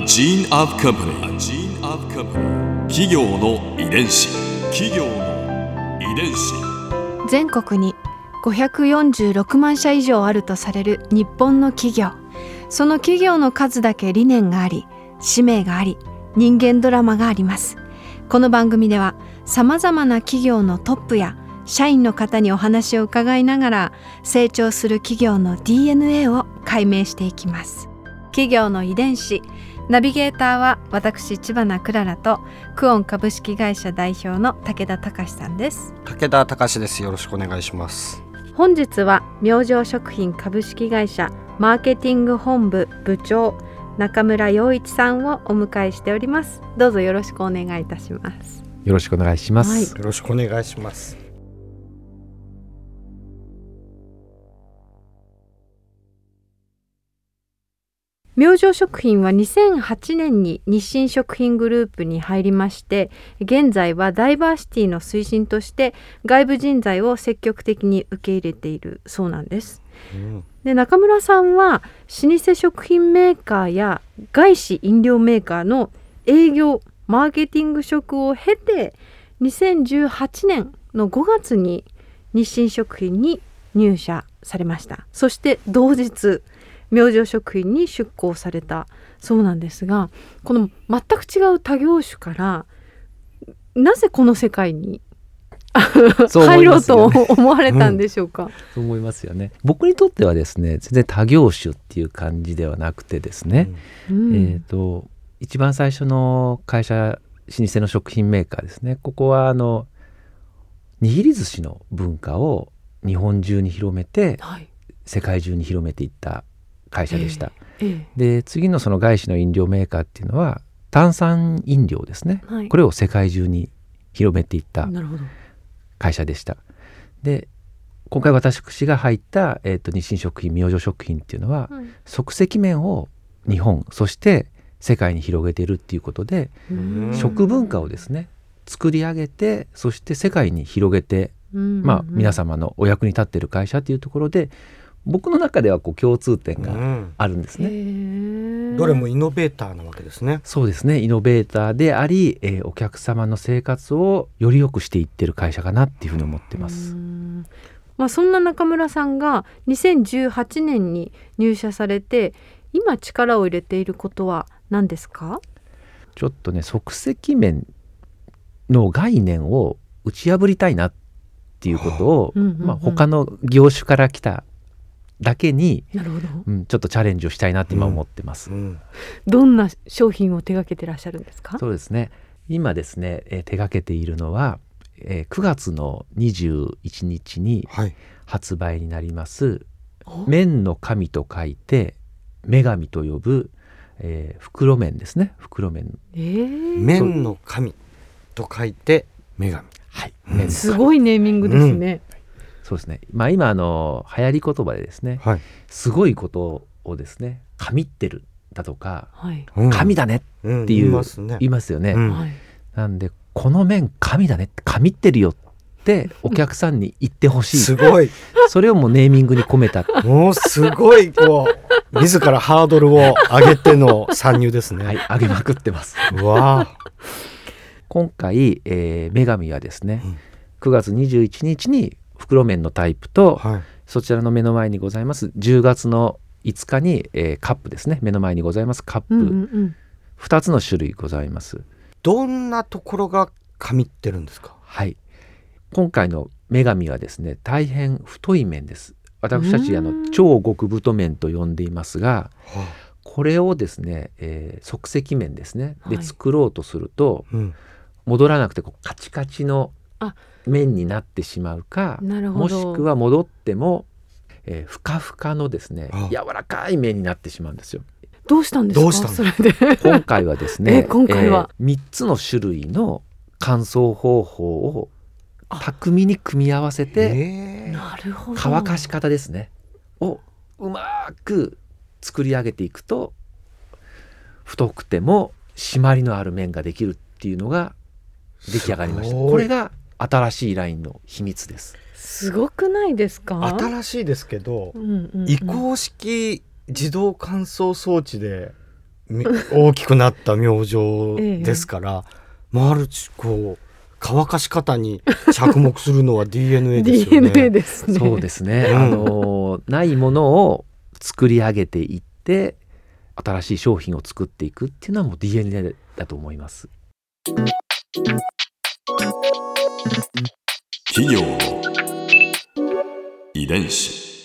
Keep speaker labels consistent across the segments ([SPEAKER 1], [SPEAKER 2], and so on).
[SPEAKER 1] gene of company.企業の遺伝子。
[SPEAKER 2] 全国に546万社以上あるとされる日本の企業。その企業の数だけ理念があり、使命があり、人間ドラマがあります。この番組ではさまざまな企業のトップや社員の方にお話を伺いながら、成長する企業の DNA を解明していきます。企業の遺伝子。ナビゲーターは私知花くららとクオン株式会社代表の武田隆さんです。
[SPEAKER 3] 武田隆です。よろしくお願いします。
[SPEAKER 2] 本日は明星食品株式会社マーケティング本部部長中村陽一さんをお迎えしております。どうぞよろしくお願いいたします。
[SPEAKER 4] よろしくお願いします、
[SPEAKER 2] はい、
[SPEAKER 3] よろしくお願いします。
[SPEAKER 2] 明星食品は2008年に日清食品グループに入りまして、現在はダイバーシティの推進として外部人材を積極的に受け入れているそうなんです。で、中村さんは老舗食品メーカーや外資飲料メーカーの営業マーケティング職を経て、2018年の5月に日清食品に入社されました。そして同日明星食品に出向されたそうなんですが、この全く違う他業種からなぜこの世界に入ろうと思われたんでしょうか。
[SPEAKER 4] そう思いますよね。僕にとってはですね、全然他業種っていう感じではなくてですね、一番最初の会社、老舗の食品メーカーですね、ここは握り寿司の文化を日本中に広めて、世界中に広めていった会社でした。で、次のその外資の飲料メーカーっていうのは炭酸飲料ですね、これを世界中に広めていった会社でした。で、今回私が入った、日清食品明星食品っていうのは、即席麺を日本そして世界に広げているっていうことで、食文化をですね作り上げて、そして世界に広げて、皆様のお役に立っている会社というところで、僕の中では共通点があるんですね。
[SPEAKER 3] どれもイノベーターなわけですね。
[SPEAKER 4] そうですね、イノベーターであり、お客様の生活をより良くしていってる会社かなっていうふうに思ってます。
[SPEAKER 2] そんな中村さんが2018年に入社されて、今力を入れていることは何ですか？
[SPEAKER 4] ちょっとね、即席麺の概念を打ち破りたいなっていうことを、他の業種から来ただけに、ちょっとチャレンジをしたいなって今思ってます。
[SPEAKER 2] どんな商品を手掛けてらっしゃるんですか？
[SPEAKER 4] そうですね、今ですね、手掛けているのは、9月の21日に発売になります、麺の神と書いて女神と呼ぶ、袋麺ですね。袋麺、
[SPEAKER 3] 麺の神と書いて女神、
[SPEAKER 2] すごいネーミングですね。
[SPEAKER 4] そうですね、今流行り言葉でですね、すごいことをですね、神ってるだとか、神だねっていう、言いますよね。なんで、この麺神だねって、神ってるよってお客さんに言ってほしい。
[SPEAKER 3] すごい。
[SPEAKER 4] それをもうネーミングに込めた。
[SPEAKER 3] もうすごい自らハードルを上げての参入ですね。
[SPEAKER 4] 上げまくってます。今回、女神はですね、9月21日に袋麺のタイプと、そちらの目の前にございます10月の5日に、カップですね、目の前にございますカップ、2つの種類ございます。
[SPEAKER 3] どんなところが神ってるんですか？
[SPEAKER 4] 今回の女神はですね、大変太い麺です。私たち超極太麺と呼んでいますが、これをですね、即席麺ですねで作ろうとすると、戻らなくてカチカチの麺になってしまうか、もしくは戻っても、ふかふかのですね、柔らかい麺になってしまうんですよ。
[SPEAKER 2] どうしたんですか？それで
[SPEAKER 4] 今回はですね、
[SPEAKER 2] 3
[SPEAKER 4] つの種類の乾燥方法を巧みに組み合わせて、乾かし方ですねをうまく作り上げていくと、太くても締まりのある麺ができるっていうのが出来上がりました。これが新しいラインの秘密です。
[SPEAKER 2] すごくないですか？
[SPEAKER 3] 新しいですけど、移行式自動乾燥装置で大きくなった明星ですから、ある種こう乾かし方に着目するのは DNA ですよね。
[SPEAKER 2] DNA ですね。
[SPEAKER 4] そうですね、ないものを作り上げていって新しい商品を作っていくっていうのはもう DNA だと思います。
[SPEAKER 1] 企業の遺伝子。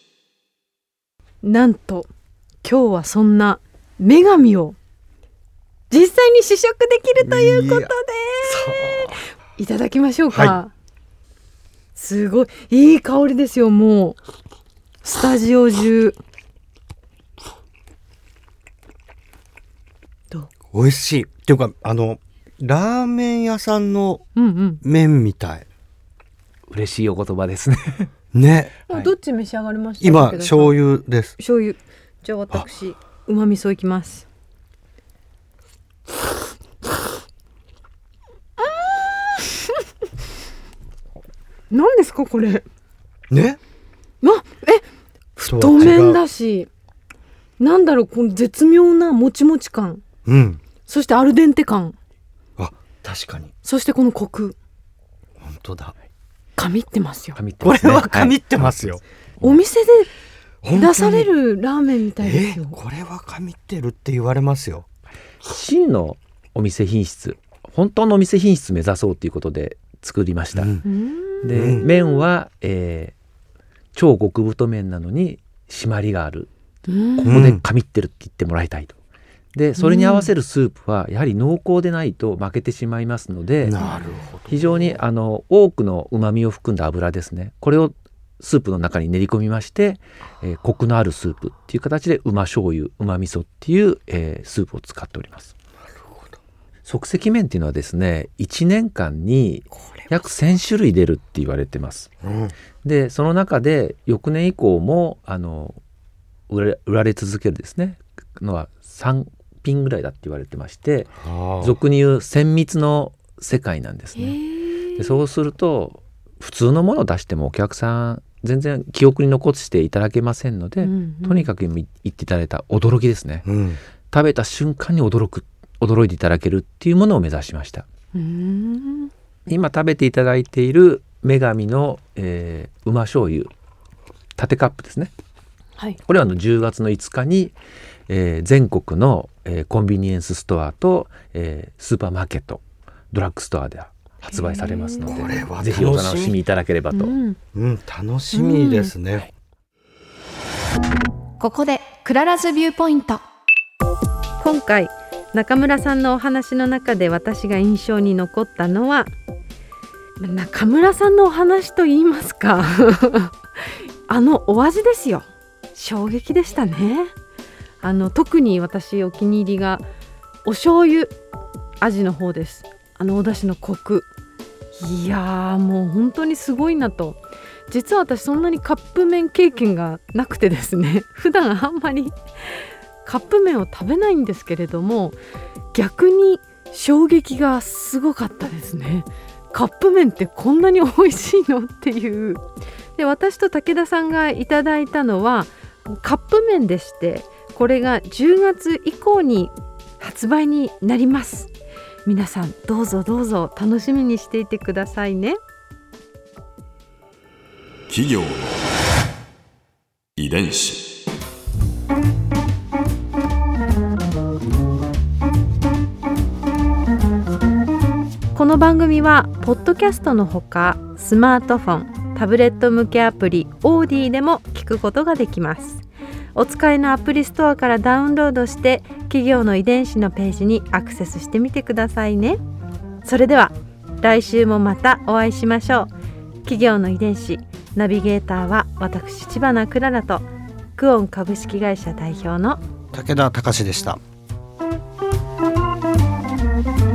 [SPEAKER 2] なんと今日はそんな女神を実際に試食できるということでいただきましょうか、はい、すごいいい香りですよ。もうスタジオ中
[SPEAKER 3] 美味しいっていうかラーメン屋さんの麺みたい、
[SPEAKER 4] 嬉しいお言葉ですね
[SPEAKER 3] ね、
[SPEAKER 2] どっち召し上がりました？
[SPEAKER 3] 今醤油です。
[SPEAKER 2] 醤油。じゃあ私うま味噌いきます。何ですかこれ
[SPEAKER 3] ね。
[SPEAKER 2] 太麺だし、なんだろう、この絶妙なもちもち感、そしてアルデンテ感、
[SPEAKER 3] 確かに、
[SPEAKER 2] そしてこのコク、
[SPEAKER 3] 本当だ、
[SPEAKER 2] 神ってますよ。
[SPEAKER 3] これは神ってますよ、
[SPEAKER 2] お店で出されるラーメンみたいですよ。
[SPEAKER 3] これは神ってるって言われますよ。
[SPEAKER 4] 真のお店品質、本当のお店品質目指そうということで作りました。で、麺は、超極太麺なのに締まりがある、ここで神ってるって言ってもらいたいと。でそれに合わせるスープはやはり濃厚でないと負けてしまいますので、非常に多くの旨味を含んだ油ですね、これをスープの中に練り込みまして、コクのあるスープっていう形でうま醤油、うま味噌っていう、スープを使っております。即席麺っていうのはですね、1年間に約1000種類出るって言われてます、でその中で翌年以降も売られ続けるですねのは3品ぐらいだって言われてまして、俗に言う千蜜の世界なんですね。でそうすると普通のものを出してもお客さん全然記憶に残していただけませんので、とにかく言っていただいた驚きですね、食べた瞬間に驚いていただけるっていうものを目指しました。今食べていただいている女神の、うま醤油縦カップですね、これは10月の5日に、全国の、コンビニエンスストアと、スーパーマーケット、ドラッグストアで発売されますので、ぜひお楽しみいただければと、
[SPEAKER 3] 楽しみですね、
[SPEAKER 5] ここでクララズビューポイント。
[SPEAKER 2] 今回中村さんのお話の中で私が印象に残ったのは、中村さんのお話と言いますかお味ですよ。衝撃でしたね。特に私お気に入りがお醤油味の方です。お出汁のコク、いやーもう本当にすごいなと。実は私そんなにカップ麺経験がなくてですね、普段あんまりカップ麺を食べないんですけれども、逆に衝撃がすごかったですね。カップ麺ってこんなに美味しいのっていう。で私と武田さんがいただいたのはカップ麺でして、これが10月以降に発売になります。皆さんどうぞどうぞ楽しみにしていてくださいね。
[SPEAKER 1] 企業の遺伝子。
[SPEAKER 2] この番組はポッドキャストのほかスマートフォン、タブレット向けアプリオーディでも聞くことができます。お使いのアプリストアからダウンロードして企業の遺伝子のページにアクセスしてみてくださいね。それでは来週もまたお会いしましょう。企業の遺伝子、ナビゲーターは私知花くららとクオン株式会社代表の
[SPEAKER 3] 武田隆でした。